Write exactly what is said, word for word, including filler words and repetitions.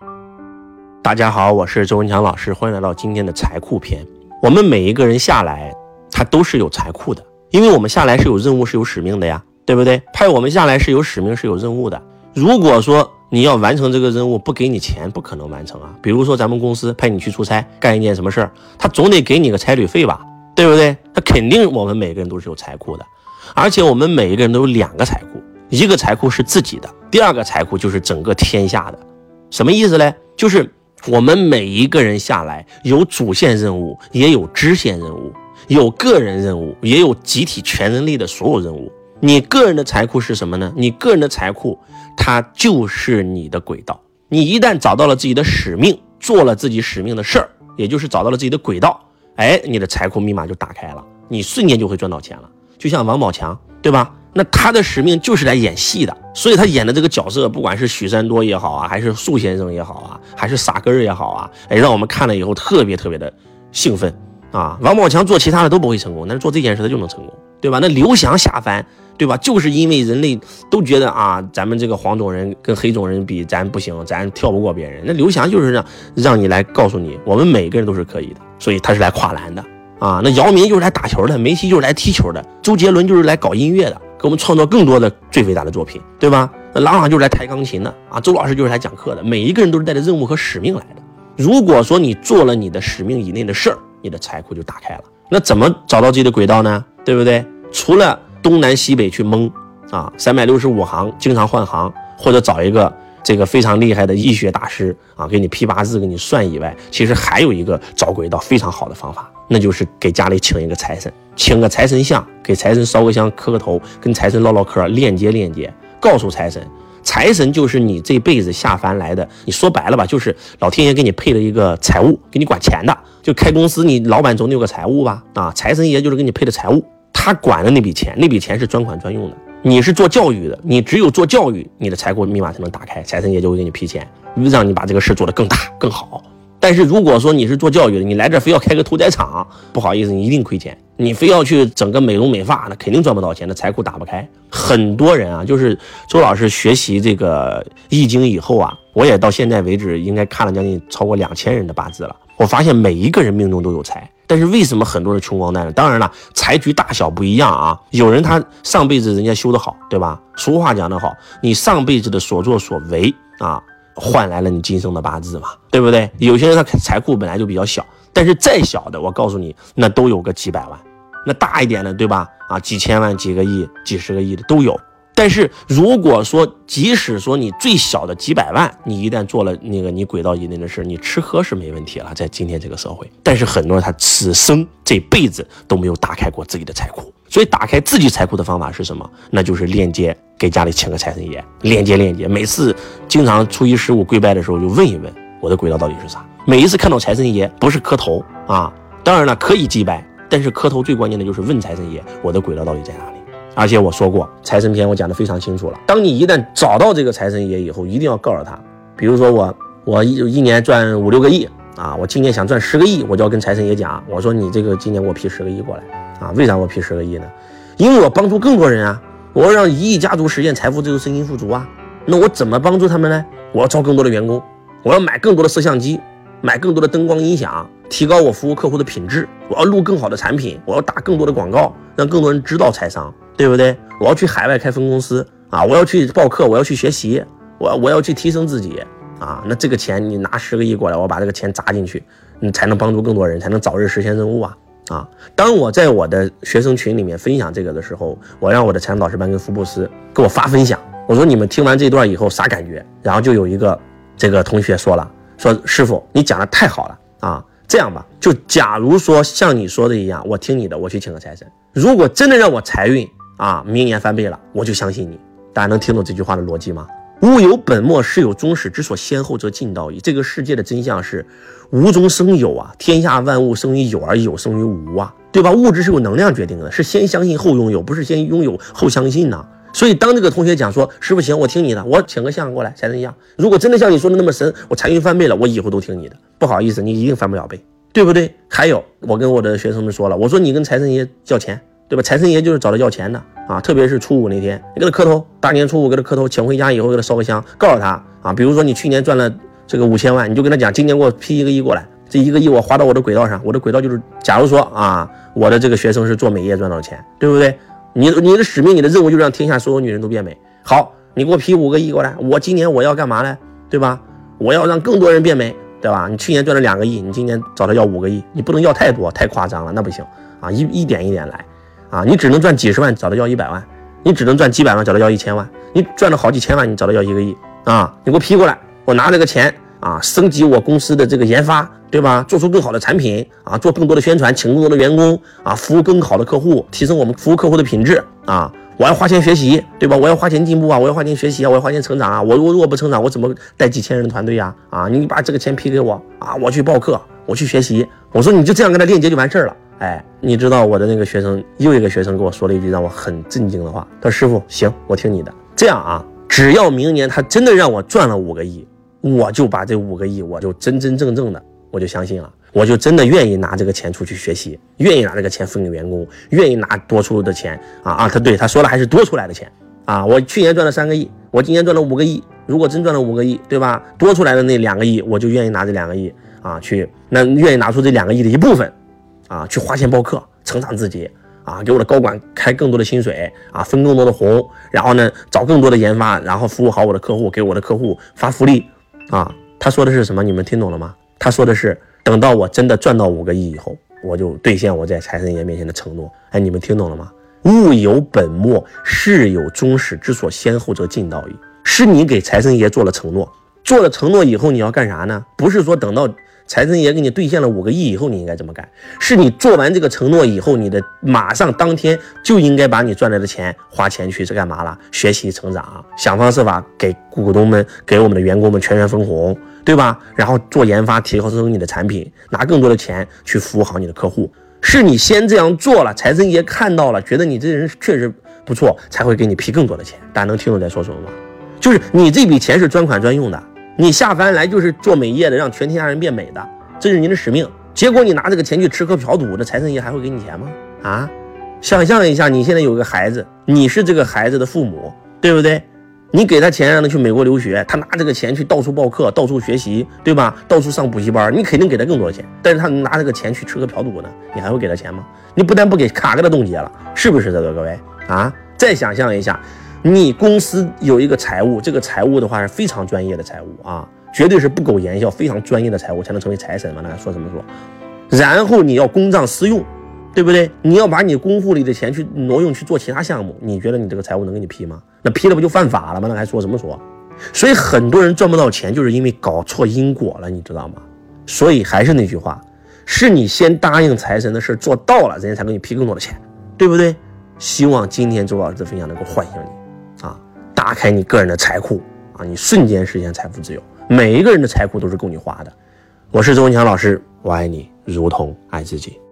大家好，我是周文强老师，欢迎来到今天的财库篇。我们每一个人下来，他都是有财库的，因为我们下来是有任务，是有使命的呀，对不对？派我们下来是有使命，是有任务的。如果说你要完成这个任务，不给你钱，不可能完成啊。比如说咱们公司派你去出差，干一件什么事儿，他总得给你个差旅费吧，对不对？他肯定我们每个人都是有财库的，而且我们每一个人都有两个财库，一个财库是自己的，第二个财库就是整个天下的。什么意思呢？就是我们每一个人下来有主线任务，也有支线任务，有个人任务，也有集体全人类的所有任务。你个人的财库是什么呢？你个人的财库它就是你的轨道。你一旦找到了自己的使命，做了自己使命的事儿，也就是找到了自己的轨道，哎，你的财库密码就打开了，你瞬间就会赚到钱了。就像王宝强，对吧？那他的使命就是来演戏的，所以他演的这个角色，不管是许三多也好啊，还是树先生也好啊，还是傻根儿也好啊，哎，让我们看了以后特别特别的兴奋啊！王宝强做其他的都不会成功，但是做这件事他就能成功，对吧？那刘翔下凡，对吧？就是因为人类都觉得啊，咱们这个黄种人跟黑种人比，咱不行，咱跳不过别人。那刘翔就是让让你来告诉你，我们每个人都是可以的，所以他是来跨栏的啊。那姚明就是来打球的，梅西就是来踢球的，周杰伦就是来搞音乐的，给我们创造更多的最伟大的作品，对吧？那郎朗就是来弹钢琴的啊，周老师就是来讲课的，每一个人都是带着任务和使命来的。如果说你做了你的使命以内的事儿，你的财库就打开了。那怎么找到自己的轨道呢？对不对？除了东南西北去蒙啊，三百六十五行经常换行，或者找一个这个非常厉害的医学大师啊，给你批八字给你算以外，其实还有一个找轨道非常好的方法，那就是给家里请一个财神，请个财神像，给财神烧个香，磕个头，跟财神唠唠嗑，链接链接，告诉财神，财神就是你这辈子下凡来的，你说白了吧，就是老天爷给你配了一个财务，给你管钱的。就开公司，你老板总得有个财务吧？啊，财神爷就是给你配的财务，他管的那笔钱，那笔钱是专款专用的。你是做教育的，你只有做教育，你的财库密码才能打开，财神爷就会给你批钱，让你把这个事做得更大更好。但是如果说你是做教育的，你来这非要开个屠宰场，不好意思，你一定亏钱。你非要去整个美容美发，那肯定赚不到钱，那财库打不开。很多人啊，就是周老师学习这个易经以后啊，我也到现在为止应该看了将近超过两千人的八字了。我发现每一个人命中都有财，但是为什么很多人穷光蛋呢？当然了，财局大小不一样啊。有人他上辈子人家修得好，对吧？俗话讲得好，你上辈子的所作所为啊，换来了你今生的八字嘛，对不对？有些人他财库本来就比较小，但是再小的，我告诉你，那都有个几百万，那大一点的，对吧？啊，几千万、几个亿、几十个亿的都有。但是如果说，即使说你最小的几百万，你一旦做了那个你轨道以内的事，你吃喝是没问题了，在今天这个社会。但是很多人他此生这辈子都没有打开过自己的财库，所以打开自己财库的方法是什么？那就是链接，给家里请个财神爷，链接链接。每次经常初一十五跪拜的时候，就问一问我的轨道到底是啥。每一次看到财神爷，不是磕头啊，当然了可以祭拜，但是磕头最关键的就是问财神爷，我的轨道到底在哪里？而且我说过，财神篇我讲得非常清楚了。当你一旦找到这个财神爷以后，一定要告诉他，比如说我我一一年赚五六个亿啊，我今年想赚十个亿，我就要跟财神爷讲，我说你这个今年给我批十个亿过来啊。为啥我批十个亿呢？因为我帮助更多人啊，我要让一亿家族实现财富自由、身心富足啊。那我怎么帮助他们呢？我要招更多的员工，我要买更多的摄像机，买更多的灯光音响，提高我服务客户的品质，我要录更好的产品，我要打更多的广告，让更多人知道财商，对不对？我要去海外开分公司啊，我要去报课，我要去学习，我我要去提升自己啊。那这个钱你拿十个亿过来，我把这个钱砸进去，你才能帮助更多人，才能早日实现任务啊啊！当我在我的学生群里面分享这个的时候，我让我的财商导师班跟福布斯给我发分享，我说你们听完这段以后啥感觉？然后就有一个这个同学说了，说师傅你讲的太好了啊！这样吧，就假如说像你说的一样，我听你的，我去请个财神。如果真的让我财运啊明年翻倍了，我就相信你。大家能听懂这句话的逻辑吗？物有本末，事有终始，之所先后则近道矣。这个世界的真相是无中生有啊，天下万物生于有而有生于无啊，对吧？物质是由能量决定的，是先相信后拥有，不是先拥有后相信呢。所以当这个同学讲说师傅行，我听你的，我请个像过来财神像，如果真的像你说的那么神，我财运翻倍了，我以后都听你的。不好意思，你一定翻不了倍，对不对？还有我跟我的学生们说了，我说你跟财神爷要钱，对吧？财神爷就是找他要钱的啊，特别是初五那天，你给他磕头，大年初五给他磕头，请回家以后给他烧个香，告诉他啊，比如说你去年赚了这个五千万，你就跟他讲，今年给我批一个亿过来，这一个亿我花到我的轨道上，我的轨道就是，假如说啊，我的这个学生是做美业赚到钱，对不对？你你的使命，你的任务就是让天下所有女人都变美。好，你给我批五个亿过来，我今年我要干嘛呢？对吧？我要让更多人变美，对吧？你去年赚了两个亿，你今年找他要五个亿，你不能要太多，太夸张了，那不行啊！一一点一点来啊！你只能赚几十万，找他要一百万；你只能赚几百万，找他要一千万；你赚了好几千万，你找他要一个亿啊！你给我批过来，我拿这个钱啊，升级我公司的这个研发，对吧？做出更好的产品啊，做更多的宣传，请更多的员工啊，服务更好的客户，提升我们服务客户的品质啊！我要花钱学习，对吧？我要花钱进步啊，我要花钱学习啊，我要花钱成长啊！我我如果不成长，我怎么带几千人的团队呀？啊，你把这个钱批给我啊，我去报课，我去学习。我说你就这样跟他链接就完事儿了。哎，你知道我的那个学生，又一个学生跟我说了一句让我很震惊的话，他说师傅，行，我听你的。这样啊，只要明年他真的让我赚了五个亿，我就把这五个亿，我就真真正正的，我就相信了。我就真的愿意拿这个钱出去学习，愿意拿这个钱分给员工，愿意拿多出的钱啊啊！他对他说了还是多出来的钱啊！我去年赚了三个亿，我今年赚了五个亿，如果真赚了五个亿，对吧？多出来的那两个亿，我就愿意拿这两个亿啊去，那愿意拿出这两个亿的一部分啊去花钱报课，成长自己啊，给我的高管开更多的薪水啊，分更多的红，然后呢找更多的研发，然后服务好我的客户，给我的客户发福利啊！他说的是什么？你们听懂了吗？他说的是，等到我真的赚到五个亿以后，我就兑现我在财神爷面前的承诺。哎，你们听懂了吗？物有本末，事有终始，之所先后则近道矣。是你给财神爷做了承诺，做了承诺以后你要干啥呢？不是说等到财神爷给你兑现了五个亿以后你应该这么干，是你做完这个承诺以后，你的马上当天就应该把你赚来的钱花钱去是干嘛了？学习成长，想方设法给股东们，给我们的员工们全员分红，对吧？然后做研发，提高你的产品，拿更多的钱去服务好你的客户。是你先这样做了，财神爷看到了，觉得你这人确实不错，才会给你批更多的钱。大家能听懂在说什么吗？就是你这笔钱是专款专用的，你下凡来就是做美业的，让全天下人变美的，这是您的使命。结果你拿这个钱去吃喝嫖赌，那财神爷还会给你钱吗？啊，想象一下，你现在有个孩子，你是这个孩子的父母，对不对？你给他钱让他去美国留学，他拿这个钱去到处报课，到处学习，对吧？到处上补习班，你肯定给他更多的钱。但是他拿这个钱去吃喝嫖赌呢，你还会给他钱吗？你不但不给，卡给他冻结了，是不是这个各位啊？再想象一下，你公司有一个财务，这个财务的话是非常专业的财务啊，绝对是不苟言笑，非常专业的财务才能成为财神嘛。那说什么说？然后你要公账私用，对不对？你要把你公户里的钱去挪用去做其他项目，你觉得你这个财务能给你批吗？那批了不就犯法了吗？那还说什么说？所以很多人赚不到钱，就是因为搞错因果了，你知道吗？所以还是那句话，是你先答应财神的事做到了，人家才给你批更多的钱，对不对？希望今天周老师的分享能够唤醒你啊，打开你个人的财库啊，你瞬间实现财富自由。每一个人的财库都是够你花的。我是周文强老师，我爱你如同爱自己。